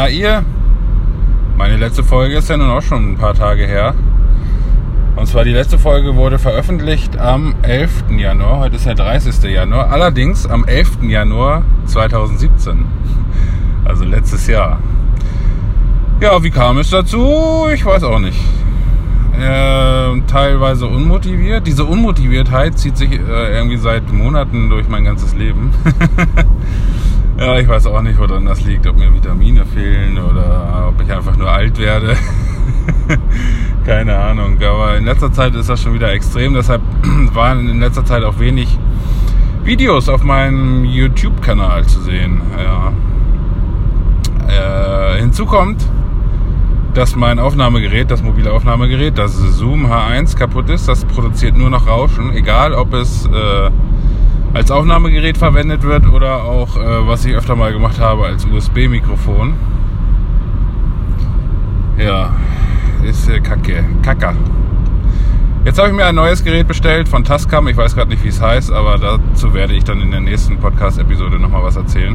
ihr, meine letzte Folge ist ja nun auch schon ein paar Tage her. Und zwar die letzte Folge wurde veröffentlicht am 11. Januar, heute ist der 30. Januar, allerdings am 11. Januar 2017, also letztes Jahr. Ja, wie kam es dazu? Ich weiß auch nicht. Teilweise unmotiviert. Diese Unmotiviertheit zieht sich irgendwie seit Monaten durch mein ganzes Leben. Ja, ich weiß auch nicht, woran das liegt, ob mir Vitamine fehlen oder ob ich einfach nur alt werde. Keine Ahnung, aber in letzter Zeit ist das schon wieder extrem, deshalb waren in letzter Zeit auch wenig Videos auf meinem YouTube-Kanal zu sehen. Ja. Hinzu kommt, dass mein Aufnahmegerät, das mobile Aufnahmegerät, das Zoom H1 kaputt ist. Das produziert nur noch Rauschen, egal ob es als Aufnahmegerät verwendet wird oder auch, was ich öfter mal gemacht habe, als USB-Mikrofon. Ja, ist Kacke. Jetzt habe ich mir ein neues Gerät bestellt von Tascam. Ich weiß gerade nicht, wie es heißt, aber dazu werde ich dann in der nächsten Podcast-Episode nochmal was erzählen.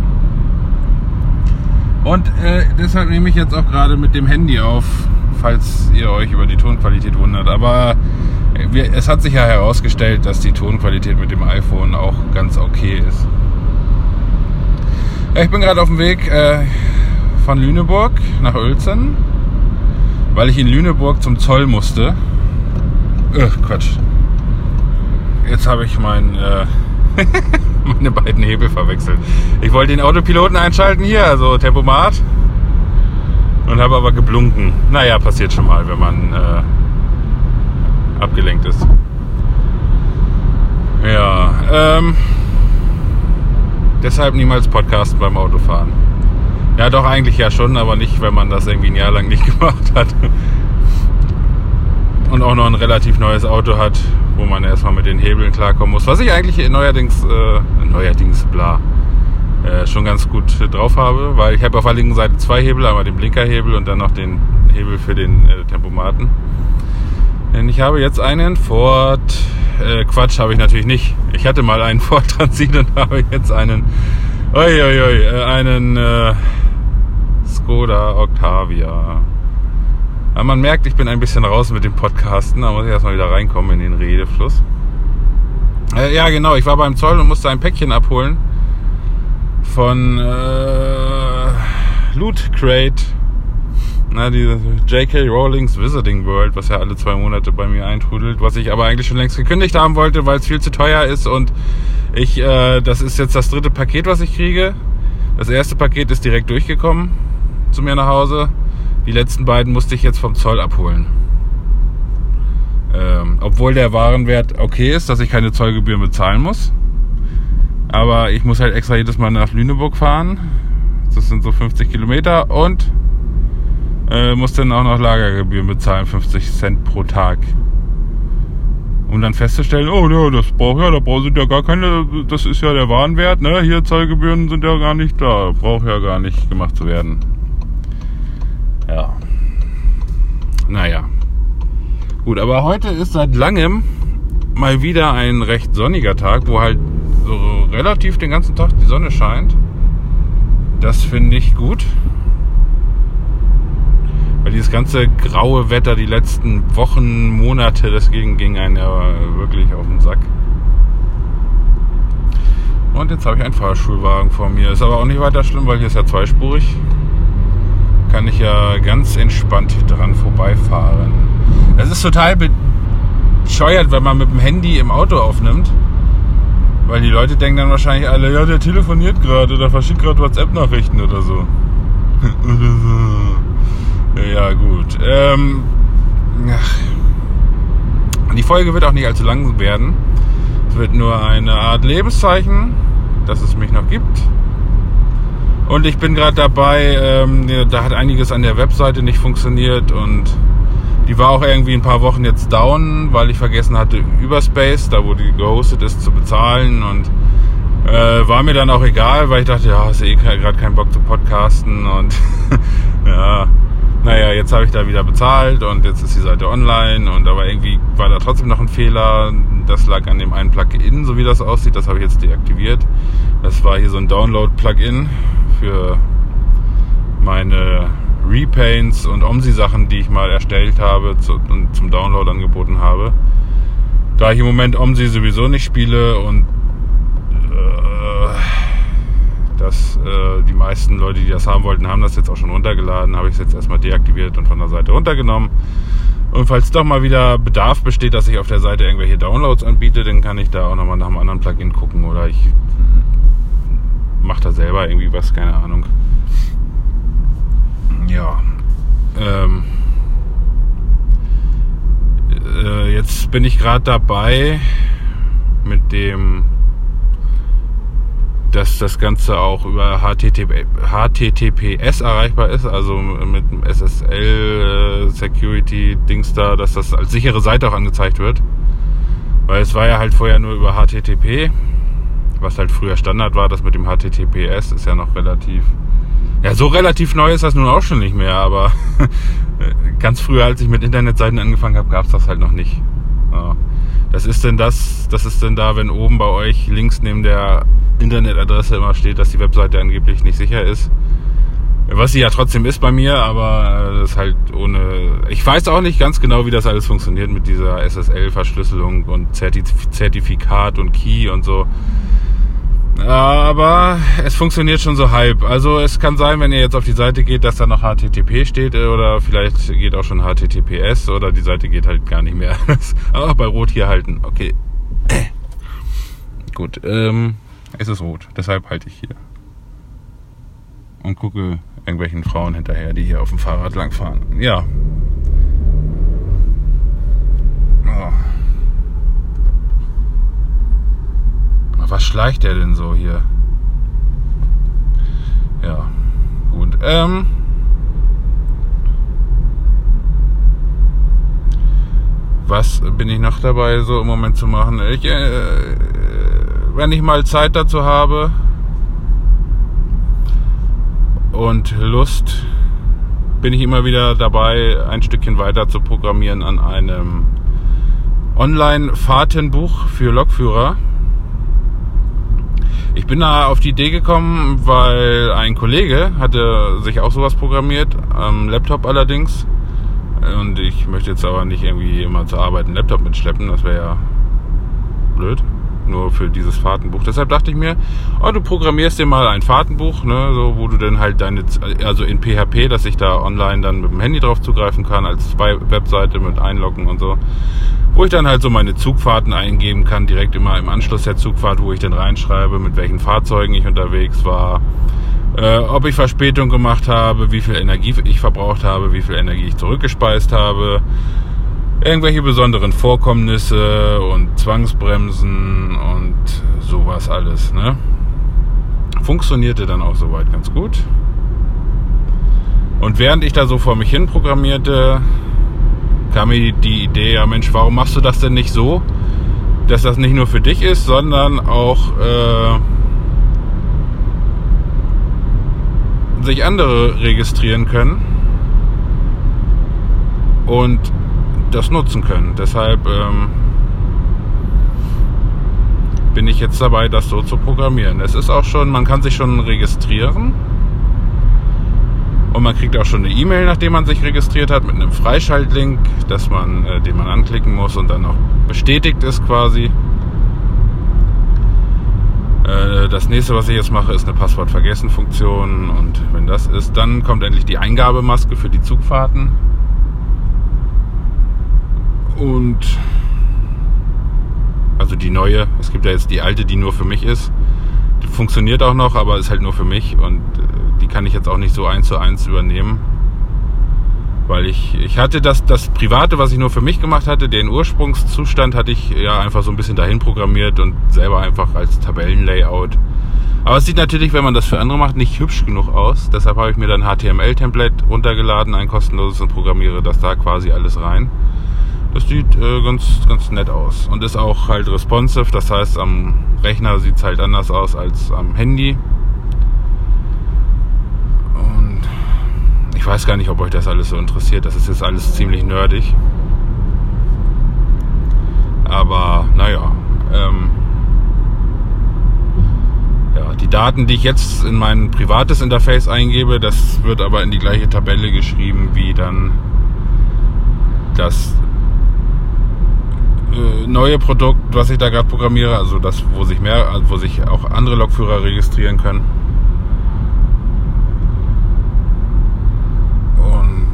Und deshalb nehme ich jetzt auch gerade mit dem Handy auf, falls ihr euch über die Tonqualität wundert. Aber es hat sich ja herausgestellt, dass die Tonqualität mit dem iPhone auch ganz okay ist. Ja, ich bin gerade auf dem Weg von Lüneburg nach Uelzen, weil ich in Lüneburg zum Zoll musste. Quatsch. Jetzt habe ich meine beiden Hebel verwechselt. Ich wollte den Autopiloten einschalten hier, also Tempomat, und habe aber geblunken. Naja, passiert schon mal, wenn man abgelenkt ist. Ja, deshalb niemals Podcast beim Autofahren. Ja, doch eigentlich ja schon, aber nicht, wenn man das irgendwie ein Jahr lang nicht gemacht hat. Und auch noch ein relativ neues Auto hat, wo man erstmal mit den Hebeln klarkommen muss. Was ich eigentlich neuerdings schon ganz gut drauf habe, weil ich habe auf der linken Seite zwei Hebel, einmal den Blinkerhebel und dann noch den Hebel für den Tempomaten. Denn ich habe jetzt einen Ford, habe ich natürlich nicht. Ich hatte mal einen Ford Transit und habe jetzt einen Skoda Octavia. Aber man merkt, ich bin ein bisschen raus mit dem Podcasten, da muss ich erstmal wieder reinkommen in den Redefluss. Ja genau, ich war beim Zoll und musste ein Päckchen abholen von Loot Crate, diese J.K. Rowling's Wizarding World, was ja alle 2 Monate bei mir eintrudelt, was ich aber eigentlich schon längst gekündigt haben wollte, weil es viel zu teuer ist und das ist jetzt das 3. Paket, was ich kriege. Das erste Paket ist direkt durchgekommen zu mir nach Hause. Die letzten beiden musste ich jetzt vom Zoll abholen. Obwohl der Warenwert okay ist, dass ich keine Zollgebühren bezahlen muss. Aber ich muss halt extra jedes Mal nach Lüneburg fahren. Das sind so 50 Kilometer und muss dann auch noch Lagergebühren bezahlen, 50 Cent pro Tag. Um dann festzustellen, oh ja, da sind ja gar keine, das ist ja der Warenwert, ne? Hier Zollgebühren sind ja gar nicht da, braucht ja gar nicht gemacht zu werden. Ja. Naja. Gut, aber heute ist seit langem mal wieder ein recht sonniger Tag, wo halt so relativ den ganzen Tag die Sonne scheint. Das finde ich gut. Weil dieses ganze graue Wetter die letzten Wochen, Monate, deswegen ging einem ja wirklich auf den Sack. Und jetzt habe ich einen Fahrschulwagen vor mir. Ist aber auch nicht weiter schlimm, weil hier ist ja zweispurig. Kann ich ja ganz entspannt dran vorbeifahren. Es ist total bescheuert, wenn man mit dem Handy im Auto aufnimmt. Weil die Leute denken dann wahrscheinlich alle, ja, der telefoniert gerade oder verschickt gerade WhatsApp-Nachrichten oder so. Ja, gut. Die Folge wird auch nicht allzu lang werden. Es wird nur eine Art Lebenszeichen, dass es mich noch gibt. Und ich bin gerade dabei, da hat einiges an der Webseite nicht funktioniert und die war auch irgendwie ein paar Wochen jetzt down, weil ich vergessen hatte, Überspace, da wo die gehostet ist, zu bezahlen und war mir dann auch egal, weil ich dachte, ja, hast eh gerade keinen Bock zu podcasten und ja, naja, jetzt habe ich da wieder bezahlt und jetzt ist die Seite online und aber irgendwie war da trotzdem noch ein Fehler. Das lag an dem einen Plugin, so wie das aussieht, das habe ich jetzt deaktiviert. Das war hier so ein Download-Plugin für meine Repaints und OMSI-Sachen, die ich mal erstellt habe und zum Download angeboten habe. Da ich im Moment OMSI sowieso nicht spiele und die meisten Leute, die das haben wollten, haben das jetzt auch schon runtergeladen, habe ich es jetzt erstmal deaktiviert und von der Seite runtergenommen. Und falls doch mal wieder Bedarf besteht, dass ich auf der Seite irgendwelche Downloads anbiete, dann kann ich da auch nochmal nach einem anderen Plugin gucken oder ich mache da selber irgendwie was, keine Ahnung. Ja. Jetzt bin ich gerade dabei mit dem, dass das Ganze auch über HTTPS erreichbar ist, also mit dem SSL Security Dings da, dass das als sichere Seite auch angezeigt wird. Weil es war ja halt vorher nur über HTTP, was halt früher Standard war. Das mit dem HTTPS ist ja noch relativ, ja, so relativ neu ist das nun auch schon nicht mehr, aber ganz früher, als ich mit Internetseiten angefangen habe, gab es das halt noch nicht. Ja. Das ist denn da, wenn oben bei euch links neben der Internetadresse immer steht, dass die Webseite angeblich nicht sicher ist. Was sie ja trotzdem ist bei mir, aber das ist halt ohne... Ich weiß auch nicht ganz genau, wie das alles funktioniert mit dieser SSL-Verschlüsselung und Zertifikat und Key und so. Aber es funktioniert schon so halb. Also es kann sein, wenn ihr jetzt auf die Seite geht, dass da noch HTTP steht oder vielleicht geht auch schon HTTPS oder die Seite geht halt gar nicht mehr. Aber bei Rot hier halten. Okay. Gut, es ist rot. Deshalb halte ich hier. Und gucke irgendwelchen Frauen hinterher, die hier auf dem Fahrrad langfahren. Ja. Oh. Was schleicht der denn so hier? Ja, gut. Was bin ich noch dabei, so im Moment zu machen? Wenn ich mal Zeit dazu habe und Lust, bin ich immer wieder dabei, ein Stückchen weiter zu programmieren an einem Online-Fahrtenbuch für Lokführer. Ich bin da auf die Idee gekommen, weil ein Kollege hatte sich auch sowas programmiert, am Laptop allerdings. Und ich möchte jetzt aber nicht irgendwie immer zur Arbeit einen Laptop mitschleppen, das wäre ja blöd, nur für dieses Fahrtenbuch. Deshalb dachte ich mir, du programmierst dir mal ein Fahrtenbuch, ne, so, wo du dann halt also in PHP, dass ich da online dann mit dem Handy drauf zugreifen kann, als Webseite mit Einloggen und so. Wo ich dann halt so meine Zugfahrten eingeben kann, direkt immer im Anschluss der Zugfahrt, wo ich dann reinschreibe, mit welchen Fahrzeugen ich unterwegs war, ob ich Verspätung gemacht habe, wie viel Energie ich verbraucht habe, wie viel Energie ich zurückgespeist habe, irgendwelche besonderen Vorkommnisse und Zwangsbremsen und sowas alles, ne? Funktionierte dann auch soweit ganz gut. Und während ich da so vor mich hin programmierte, kam mir die Idee, ja Mensch, warum machst du das denn nicht so, dass das nicht nur für dich ist, sondern auch sich andere registrieren können und das nutzen können. Deshalb bin ich jetzt dabei, das so zu programmieren. Es ist auch schon, man kann sich schon registrieren. Und man kriegt auch schon eine E-Mail, nachdem man sich registriert hat, mit einem Freischaltlink, den man anklicken muss und dann auch bestätigt ist quasi. Das nächste, was ich jetzt mache, ist eine Passwort-Vergessen-Funktion. Und wenn das ist, dann kommt endlich die Eingabemaske für die Zugfahrten. Und also die neue. Es gibt ja jetzt die alte, die nur für mich ist. Die funktioniert auch noch, aber ist halt nur für mich und die kann ich jetzt auch nicht so 1:1 übernehmen, weil ich hatte das Private, was ich nur für mich gemacht hatte, den Ursprungszustand hatte ich ja einfach so ein bisschen dahin programmiert und selber einfach als Tabellenlayout. Aber es sieht natürlich, wenn man das für andere macht, nicht hübsch genug aus. Deshalb habe ich mir dann HTML-Template runtergeladen, ein kostenloses, und programmiere das da quasi alles rein. Das sieht ganz nett aus und ist auch halt responsive, das heißt am Rechner sieht es halt anders aus als am Handy. Und ich weiß gar nicht, ob euch das alles so interessiert, das ist jetzt alles ziemlich nerdig. Aber naja, die Daten, die ich jetzt in mein privates Interface eingebe, das wird aber in die gleiche Tabelle geschrieben wie dann das neue Produkt, was ich da gerade programmiere, also das, wo sich auch andere Lokführer registrieren können. Und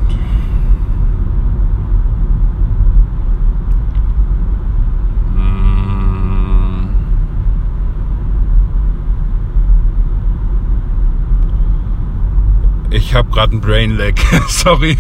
ich habe gerade einen Brain Lag, sorry.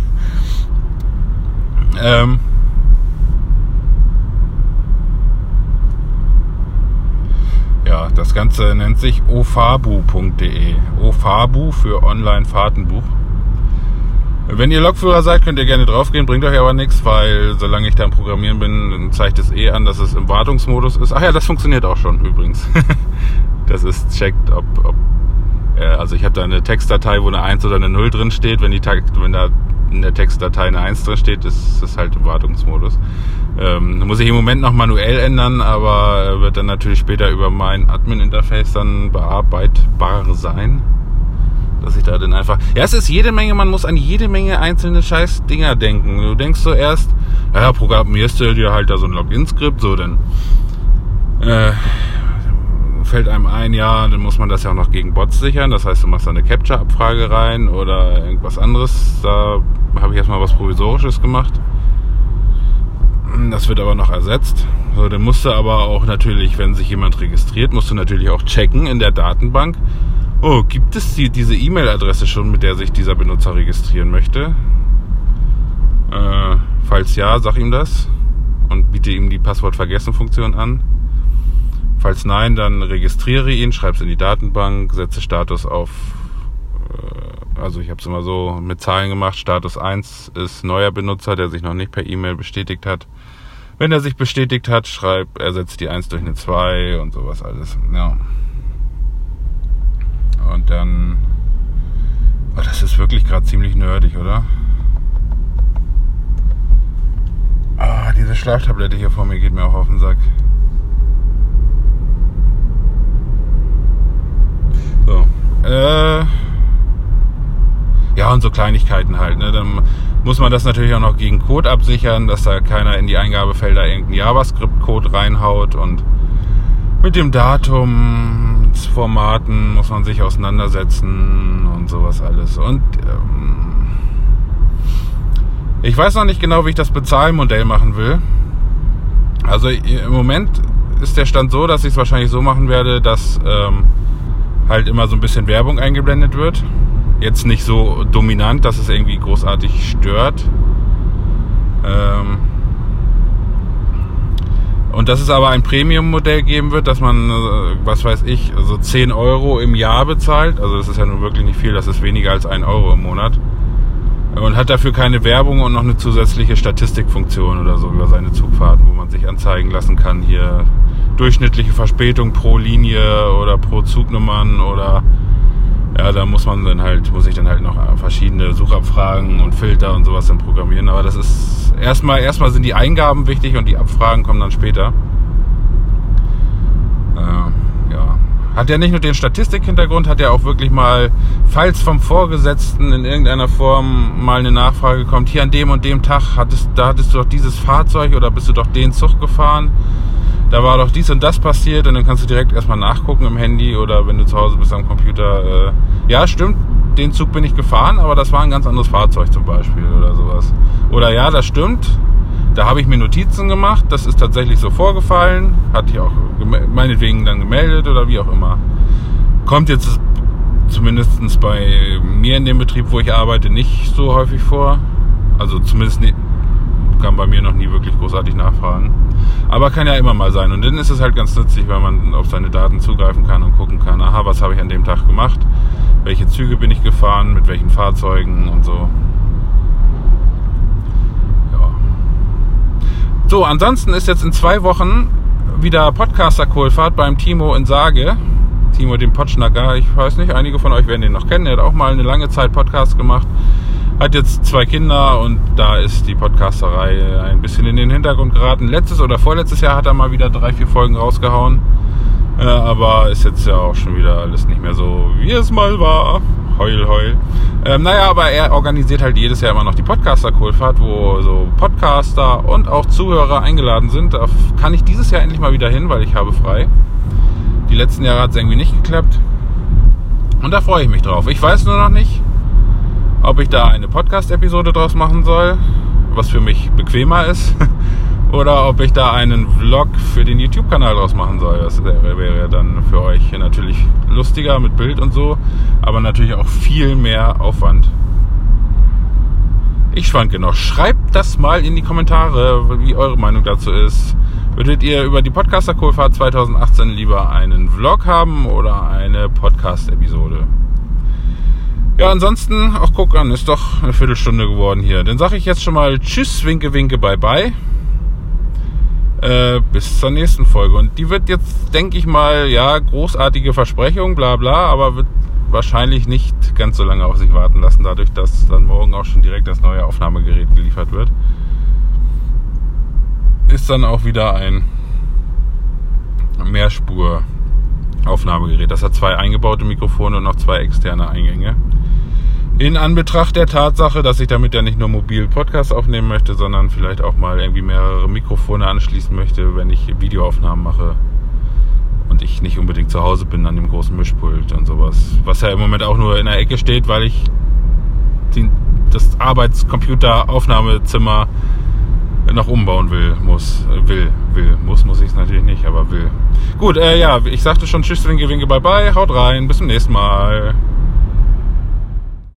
Ja, das Ganze nennt sich ofabu.de. Ofabu für Online-Fahrtenbuch. Wenn ihr Lokführer seid, könnt ihr gerne draufgehen, bringt euch aber nichts, weil solange ich da am Programmieren bin, zeigt es an, dass es im Wartungsmodus ist. Ach ja, das funktioniert auch schon übrigens. Das ist checkt, also ich habe da eine Textdatei, wo eine 1 oder eine 0 drin steht. Wenn da in der Textdatei eine 1 drin steht, ist es halt im Wartungsmodus. Muss ich im Moment noch manuell ändern, aber wird dann natürlich später über mein Admin-Interface dann bearbeitbar sein. Dass ich da dann einfach... Ja, es ist jede Menge, man muss an jede Menge einzelne Scheiß-Dinger denken. Du denkst so erst, ja, programmierst du dir halt da so ein Login-Skript, so dann fällt einem ein, ja, dann muss man das ja auch noch gegen Bots sichern. Das heißt, du machst da eine Capture-Abfrage rein oder irgendwas anderes. Da habe ich erstmal was Provisorisches gemacht. Das wird aber noch ersetzt. So, dann musst du aber auch natürlich, wenn sich jemand registriert, musst du natürlich auch checken in der Datenbank. Oh, gibt es diese E-Mail-Adresse schon, mit der sich dieser Benutzer registrieren möchte? Falls ja, sag ihm das und biete ihm die Passwort-Vergessen-Funktion an. Falls nein, dann registriere ihn, schreibe es in die Datenbank, setze Status auf, also ich habe es immer so mit Zahlen gemacht, Status 1 ist neuer Benutzer, der sich noch nicht per E-Mail bestätigt hat. Wenn er sich bestätigt hat, ersetzt die 1 durch eine 2 und sowas alles. Ja. Und dann, das ist wirklich gerade ziemlich nerdig, oder? Diese Schlaftablette hier vor mir geht mir auch auf den Sack. So. Ja, und so Kleinigkeiten halt, ne? Dann muss man das natürlich auch noch gegen Code absichern, dass da keiner in die Eingabefelder irgendeinen JavaScript-Code reinhaut, und mit dem Datumsformaten muss man sich auseinandersetzen und sowas alles. Und ich weiß noch nicht genau, wie ich das Bezahlmodell machen will. Also im Moment ist der Stand so, dass ich es wahrscheinlich so machen werde, dass halt immer so ein bisschen Werbung eingeblendet wird. Jetzt nicht so dominant, dass es irgendwie großartig stört. Und dass es aber ein Premium-Modell geben wird, dass man, was weiß ich, so 10 Euro im Jahr bezahlt. Also das ist ja nun wirklich nicht viel, das ist weniger als 1 Euro im Monat. Und hat dafür keine Werbung und noch eine zusätzliche Statistikfunktion oder so über seine Zugfahrten, wo man sich anzeigen lassen kann, hier durchschnittliche Verspätung pro Linie oder pro Zugnummern, oder ja, da muss ich dann halt noch verschiedene Suchabfragen und Filter und sowas dann programmieren. Aber das ist erstmal sind die Eingaben wichtig und die Abfragen kommen dann später. Ja. Hat ja nicht nur den Statistik-Hintergrund, hat ja auch wirklich mal, falls vom Vorgesetzten in irgendeiner Form mal eine Nachfrage kommt, hier an dem und dem Tag hattest du doch dieses Fahrzeug oder bist du doch den Zug gefahren, da war doch dies und das passiert, und dann kannst du direkt erstmal nachgucken im Handy oder wenn du zu Hause bist am Computer, ja stimmt, den Zug bin ich gefahren, aber das war ein ganz anderes Fahrzeug zum Beispiel oder sowas. Oder ja, das stimmt, da habe ich mir Notizen gemacht, das ist tatsächlich so vorgefallen, hatte ich auch meinetwegen dann gemeldet oder wie auch immer. Kommt jetzt zumindest bei mir in dem Betrieb, wo ich arbeite, nicht so häufig vor. Also zumindest kann bei mir noch nie wirklich großartig nachfragen. Aber kann ja immer mal sein. Und dann ist es halt ganz nützlich, wenn man auf seine Daten zugreifen kann und gucken kann, aha, was habe ich an dem Tag gemacht? Welche Züge bin ich gefahren? Mit welchen Fahrzeugen und so. Ja. So, ansonsten ist jetzt in 2 Wochen wieder Podcaster-Kohlfahrt beim Timo in Sage. Timo, dem Potschnacker, ich weiß nicht, einige von euch werden den noch kennen. Er hat auch mal eine lange Zeit Podcast gemacht. Hat jetzt 2 Kinder und da ist die Podcasterei ein bisschen in den Hintergrund geraten. Letztes oder vorletztes Jahr hat er mal wieder 3-4 Folgen rausgehauen. Aber ist jetzt ja auch schon wieder alles nicht mehr so, wie es mal war. Heul, heul. Aber er organisiert halt jedes Jahr immer noch die Podcaster-Kohlfahrt, wo so Podcaster und auch Zuhörer eingeladen sind. Da kann ich dieses Jahr endlich mal wieder hin, weil ich habe frei. Die letzten Jahre hat es irgendwie nicht geklappt. Und da freue ich mich drauf. Ich weiß nur noch nicht, ob ich da eine Podcast-Episode draus machen soll, was für mich bequemer ist. Oder ob ich da einen Vlog für den YouTube-Kanal draus machen soll. Das wäre dann für euch natürlich lustiger mit Bild und so, aber natürlich auch viel mehr Aufwand. Ich schwanke noch. Schreibt das mal in die Kommentare, wie eure Meinung dazu ist. Würdet ihr über die Podcaster-Kohlfahrt 2018 lieber einen Vlog haben oder eine Podcast-Episode? Ja, ansonsten, ach guck an, ist doch eine Viertelstunde geworden hier. Dann sage ich jetzt schon mal Tschüss, winke, winke, bye, bye. Bis zur nächsten Folge. Und die wird jetzt, denke ich mal, ja, großartige Versprechung, bla bla, aber wird wahrscheinlich nicht ganz so lange auf sich warten lassen, dadurch, dass dann morgen auch schon direkt das neue Aufnahmegerät geliefert wird. Ist dann auch wieder ein Mehrspur-Aufnahmegerät. Das hat 2 eingebaute Mikrofone und noch 2 externe Eingänge. In Anbetracht der Tatsache, dass ich damit ja nicht nur mobil Podcast aufnehmen möchte, sondern vielleicht auch mal irgendwie mehrere Mikrofone anschließen möchte, wenn ich Videoaufnahmen mache und ich nicht unbedingt zu Hause bin an dem großen Mischpult und sowas. Was ja im Moment auch nur in der Ecke steht, weil ich das Arbeitscomputer-Aufnahmezimmer noch umbauen muss ich es natürlich nicht, aber will. Gut, ich sagte schon Tschüss, winke, winke, bye, bye, haut rein, bis zum nächsten Mal.